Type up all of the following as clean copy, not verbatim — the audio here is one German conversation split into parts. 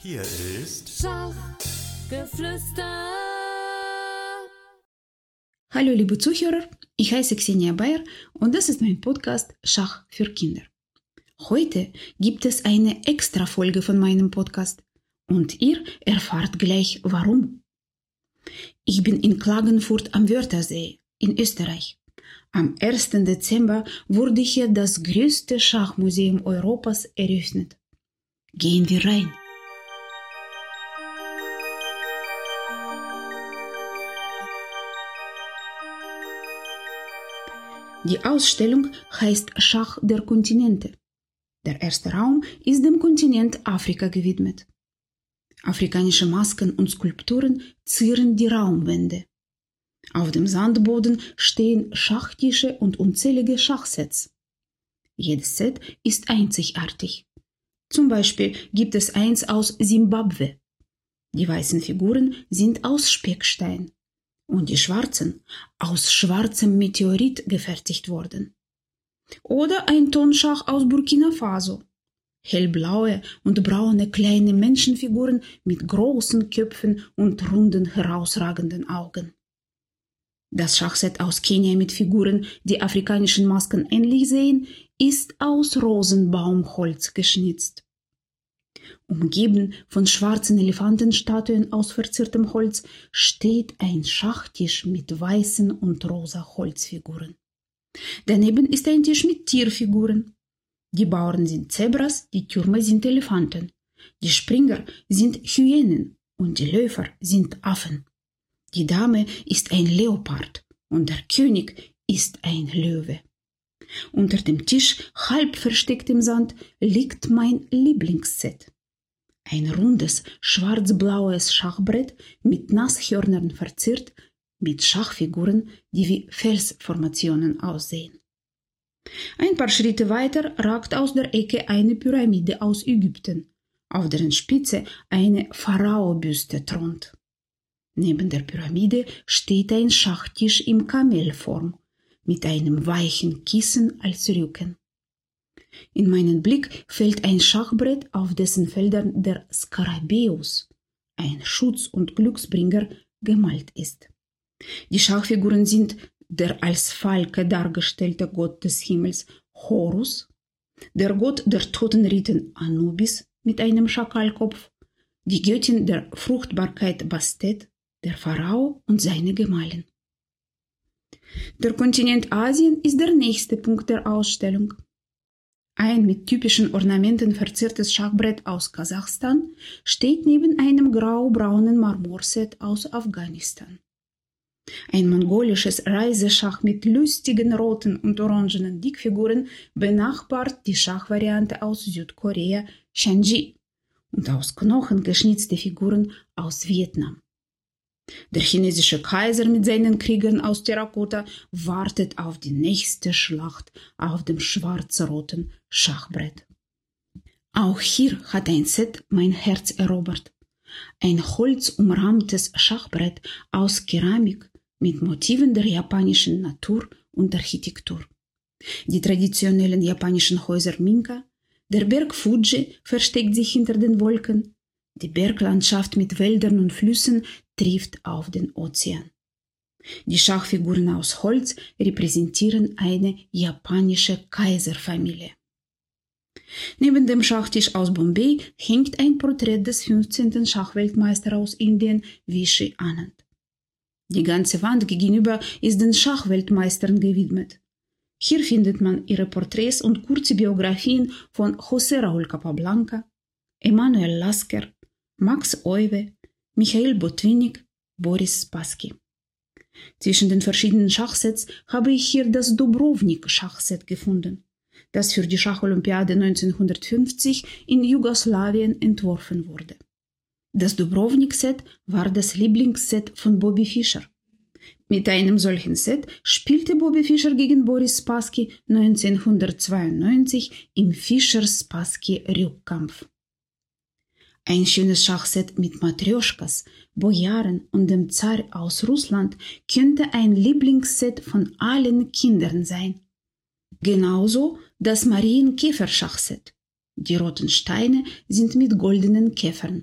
Hier ist Schachgeflüster. Hallo liebe Zuhörer, ich heiße Xenia Bayer und das ist mein Podcast Schach für Kinder. Heute gibt es eine Extra-Folge von meinem Podcast und ihr erfahrt gleich warum. Ich bin in Klagenfurt am Wörthersee in Österreich. Am 1. Dezember wurde hier das größte Schachmuseum Europas eröffnet. Gehen wir rein. Die Ausstellung heißt Schach der Kontinente. Der erste Raum ist dem Kontinent Afrika gewidmet. Afrikanische Masken und Skulpturen zieren die Raumwände. Auf dem Sandboden stehen Schachtische und unzählige Schachsets. Jedes Set ist einzigartig. Zum Beispiel gibt es eins aus Simbabwe. Die weißen Figuren sind aus Speckstein und die schwarzen aus schwarzem Meteorit gefertigt worden. Oder ein Tonschach aus Burkina Faso. Hellblaue und braune kleine Menschenfiguren mit großen Köpfen und runden herausragenden Augen. Das Schachset aus Kenia mit Figuren, die afrikanischen Masken ähnlich sehen, ist aus Rosenbaumholz geschnitzt. Umgeben von schwarzen Elefantenstatuen aus verziertem Holz steht ein Schachtisch mit weißen und rosa Holzfiguren. Daneben ist ein Tisch mit Tierfiguren. Die Bauern sind Zebras, die Türme sind Elefanten, die Springer sind Hyänen und die Läufer sind Affen. Die Dame ist ein Leopard und der König ist ein Löwe. Unter dem Tisch, halb versteckt im Sand, liegt mein Lieblingsset. Ein rundes, schwarz-blaues Schachbrett mit Nashörnern verziert, mit Schachfiguren, die wie Felsformationen aussehen. Ein paar Schritte weiter ragt aus der Ecke eine Pyramide aus Ägypten, auf deren Spitze eine Pharao-Büste thront. Neben der Pyramide steht ein Schachtisch in Kamelform, mit einem weichen Kissen als Rücken. In meinen Blick fällt ein Schachbrett, auf dessen Feldern der Skarabäus, ein Schutz- und Glücksbringer, gemalt ist. Die Schachfiguren sind der als Falke dargestellte Gott des Himmels Horus, der Gott der Totenriten Anubis mit einem Schakalkopf, die Göttin der Fruchtbarkeit Bastet, der Pharao und seine Gemahlin. Der Kontinent Asien ist der nächste Punkt der Ausstellung. Ein mit typischen Ornamenten verziertes Schachbrett aus Kasachstan steht neben einem grau-braunen Marmorset aus Afghanistan. Ein mongolisches Reiseschach mit lustigen roten und orangenen Dickfiguren benachbart die Schachvariante aus Südkorea Shanji und aus Knochen geschnitzte Figuren aus Vietnam. Der chinesische Kaiser mit seinen Kriegern aus Terrakotta wartet auf die nächste Schlacht auf dem schwarz-roten Schachbrett. Auch hier hat ein Set mein Herz erobert. Ein holzumrahmtes Schachbrett aus Keramik mit Motiven der japanischen Natur und Architektur. Die traditionellen japanischen Häuser Minka, der Berg Fuji versteckt sich hinter den Wolken, die Berglandschaft mit Wäldern und Flüssen trifft auf den Ozean. Die Schachfiguren aus Holz repräsentieren eine japanische Kaiserfamilie. Neben dem Schachtisch aus Bombay hängt ein Porträt des 15. Schachweltmeisters aus Indien, Vishy Anand. Die ganze Wand gegenüber ist den Schachweltmeistern gewidmet. Hier findet man ihre Porträts und kurze Biografien von José Raúl Capablanca, Emanuel Lasker, Max Euwe, Michail Botvinnik, Boris Spassky. Zwischen den verschiedenen Schachsets habe ich hier das Dubrovnik-Schachset gefunden, das für die Schacholympiade 1950 in Jugoslawien entworfen wurde. Das Dubrovnik-Set war das Lieblingsset von Bobby Fischer. Mit einem solchen Set spielte Bobby Fischer gegen Boris Spassky 1992 im Fischer-Spassky-Rückkampf. Ein schönes Schachset mit Matrjoschkas, Bojaren und dem Zar aus Russland könnte ein Lieblingsset von allen Kindern sein. Genauso das Marienkäfer-Schachset. Die roten Steine sind mit goldenen Käfern,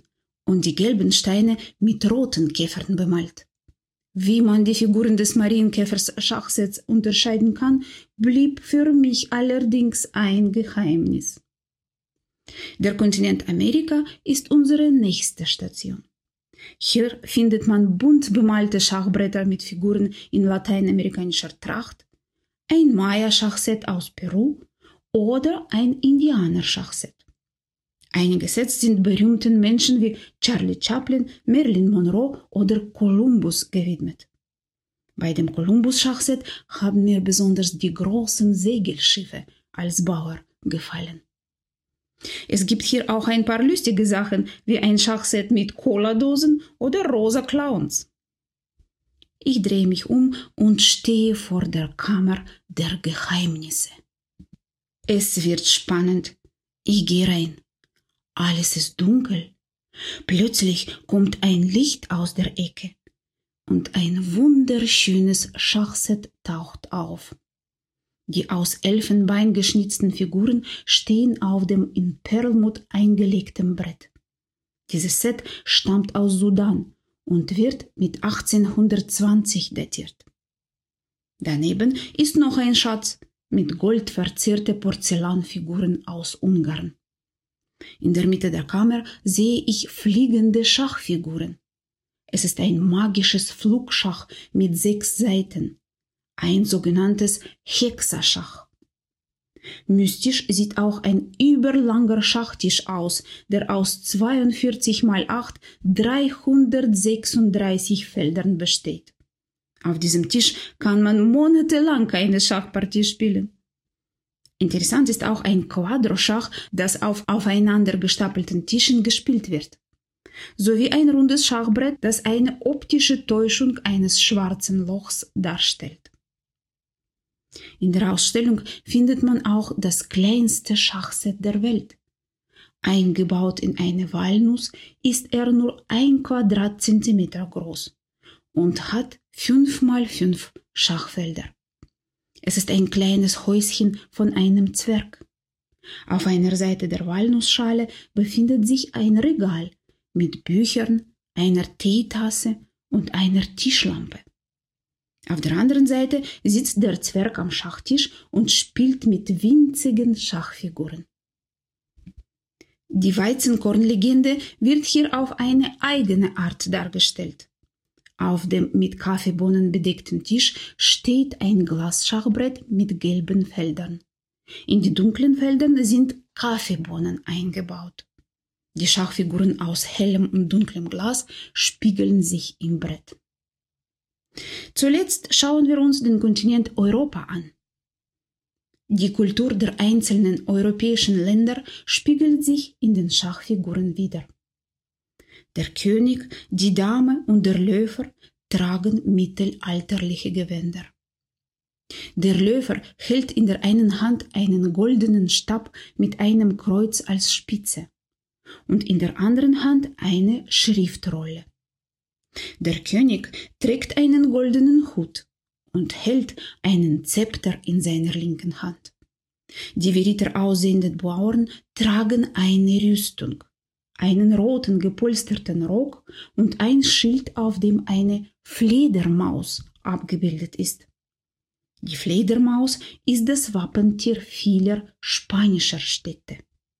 und die gelben Steine mit roten Käfern bemalt. Wie man die Figuren des Marienkäfers Schachsets unterscheiden kann, blieb für mich allerdings ein Geheimnis. Der Kontinent Amerika ist unsere nächste Station. Hier findet man bunt bemalte Schachbretter mit Figuren in lateinamerikanischer Tracht, ein Maya-Schachset aus Peru oder ein Indianer-Schachset. Einige Sets sind berühmten Menschen wie Charlie Chaplin, Marilyn Monroe oder Columbus gewidmet. Bei dem Columbus-Schachset haben mir besonders die großen Segelschiffe als Bauer gefallen. Es gibt hier auch ein paar lustige Sachen, wie ein Schachset mit Cola-Dosen oder rosa Clowns. Ich drehe mich um und stehe vor der Kammer der Geheimnisse. Es wird spannend. Ich gehe rein. Alles ist dunkel. Plötzlich kommt ein Licht aus der Ecke und ein wunderschönes Schachset taucht auf. Die aus Elfenbein geschnitzten Figuren stehen auf dem in Perlmutt eingelegten Brett. Dieses Set stammt aus Sudan und wird mit 1820 datiert. Daneben ist noch ein Schatz mit goldverzierte Porzellanfiguren aus Ungarn. In der Mitte der Kammer sehe ich fliegende Schachfiguren. Es ist ein magisches Flugschach mit 6 Seiten, ein sogenanntes Hexaschach. Mystisch sieht auch ein überlanger Schachtisch aus, der aus 42 x 8 336 Feldern besteht. Auf diesem Tisch kann man monatelang eine Schachpartie spielen. Interessant ist auch ein Quadroschach, das auf aufeinander gestapelten Tischen gespielt wird, sowie ein rundes Schachbrett, das eine optische Täuschung eines schwarzen Lochs darstellt. In der Ausstellung findet man auch das kleinste Schachset der Welt. Eingebaut in eine Walnuss ist er nur 1 Quadratzentimeter groß und hat 5 x 5 Schachfelder. Es ist ein kleines Häuschen von einem Zwerg. Auf einer Seite der Walnussschale befindet sich ein Regal mit Büchern, einer Teetasse und einer Tischlampe. Auf der anderen Seite sitzt der Zwerg am Schachtisch und spielt mit winzigen Schachfiguren. Die Weizenkornlegende wird hier auf eine eigene Art dargestellt. Auf dem mit Kaffeebohnen bedeckten Tisch steht ein Glasschachbrett mit gelben Feldern. In die dunklen Felder sind Kaffeebohnen eingebaut. Die Schachfiguren aus hellem und dunklem Glas spiegeln sich im Brett. Zuletzt schauen wir uns den Kontinent Europa an. Die Kultur der einzelnen europäischen Länder spiegelt sich in den Schachfiguren wider. Der König, die Dame und der Läufer tragen mittelalterliche Gewänder. Der Läufer hält in der einen Hand einen goldenen Stab mit einem Kreuz als Spitze und in der anderen Hand eine Schriftrolle. Der König trägt einen goldenen Hut und hält einen Zepter in seiner linken Hand. Die wie Ritter aussehenden Bauern tragen eine Rüstung, einen roten gepolsterten Rock und ein Schild, auf dem eine Fledermaus abgebildet ist. Die Fledermaus ist das Wappentier vieler spanischer Städte.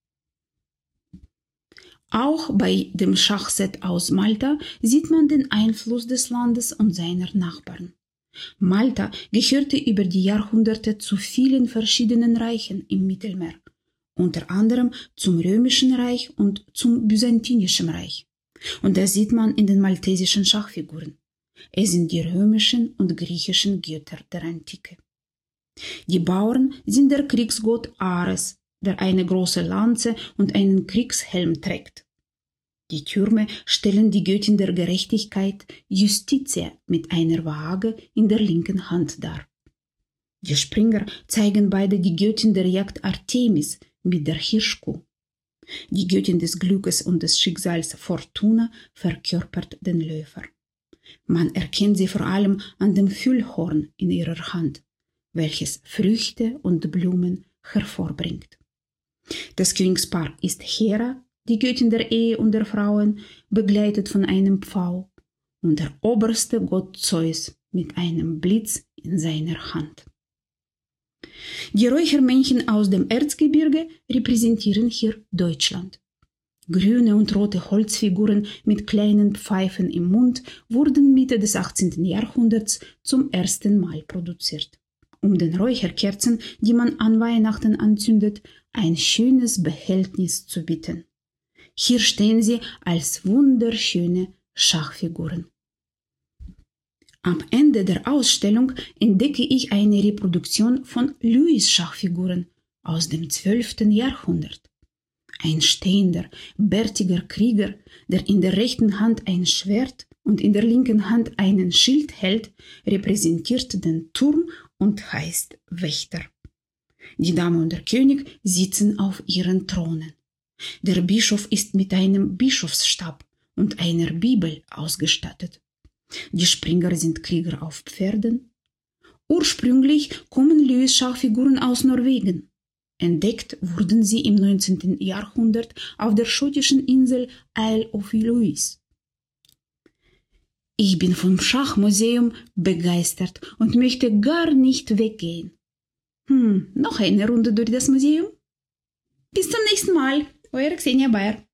Auch bei dem Schachset aus Malta sieht man den Einfluss des Landes und seiner Nachbarn. Malta gehörte über die Jahrhunderte zu vielen verschiedenen Reichen im Mittelmeer, unter anderem zum Römischen Reich und zum Byzantinischen Reich. Und das sieht man in den maltesischen Schachfiguren. Es sind die römischen und griechischen Götter der Antike. Die Bauern sind der Kriegsgott Ares, der eine große Lanze und einen Kriegshelm trägt. Die Türme stellen die Göttin der Gerechtigkeit Justitia mit einer Waage in der linken Hand dar. Die Springer zeigen beide die Göttin der Jagd Artemis mit der Hirschkuh. Die Göttin des Glückes und des Schicksals Fortuna verkörpert den Läufer. Man erkennt sie vor allem an dem Füllhorn in ihrer Hand, welches Früchte und Blumen hervorbringt. Das Königspaar ist Hera, die Göttin der Ehe und der Frauen, begleitet von einem Pfau, und der oberste Gott Zeus mit einem Blitz in seiner Hand. Die Räuchermännchen aus dem Erzgebirge repräsentieren hier Deutschland. Grüne und rote Holzfiguren mit kleinen Pfeifen im Mund wurden Mitte des 18. Jahrhunderts zum ersten Mal produziert, um den Räucherkerzen, die man an Weihnachten anzündet, ein schönes Behältnis zu bieten. Hier stehen sie als wunderschöne Schachfiguren. Am Ende der Ausstellung entdecke ich eine Reproduktion von Louis-Schachfiguren aus dem 12. Jahrhundert. Ein stehender, bärtiger Krieger, der in der rechten Hand ein Schwert und in der linken Hand einen Schild hält, repräsentiert den Turm und heißt Wächter. Die Dame und der König sitzen auf ihren Thronen. Der Bischof ist mit einem Bischofsstab und einer Bibel ausgestattet. Die Springer sind Krieger auf Pferden. Ursprünglich kommen Louis-Schachfiguren aus Norwegen. Entdeckt wurden sie im 19. Jahrhundert auf der schottischen Insel Isle of Louis. Ich bin vom Schachmuseum begeistert und möchte gar nicht weggehen. Noch eine Runde durch das Museum? Bis zum nächsten Mal, eure Xenia Bayer.